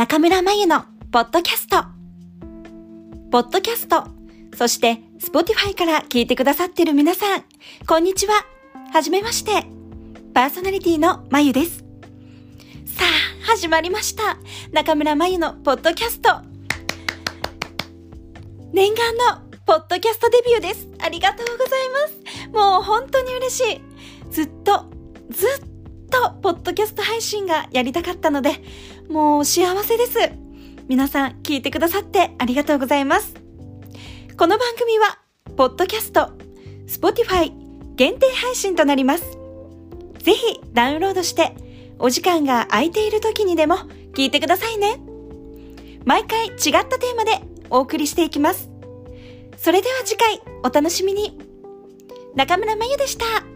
中村まゆのポッドキャスト。そして Spotify から聞いてくださっている皆さん、こんにちは。はじめまして。パーソナリティのまゆです。さあ、始まりました。中村まゆのポッドキャスト。念願のポッドキャストデビューです。ありがとうございます。もう本当に嬉しい。ずっとポッドキャスト配信がやりたかったので、もう幸せです。皆さん聞いてくださってありがとうございます。この番組はポッドキャスト、Spotify 限定配信となります。ぜひダウンロードしてお時間が空いている時にでも聞いてくださいね。毎回違ったテーマでお送りしていきます。それでは次回お楽しみに。中村まゆでした。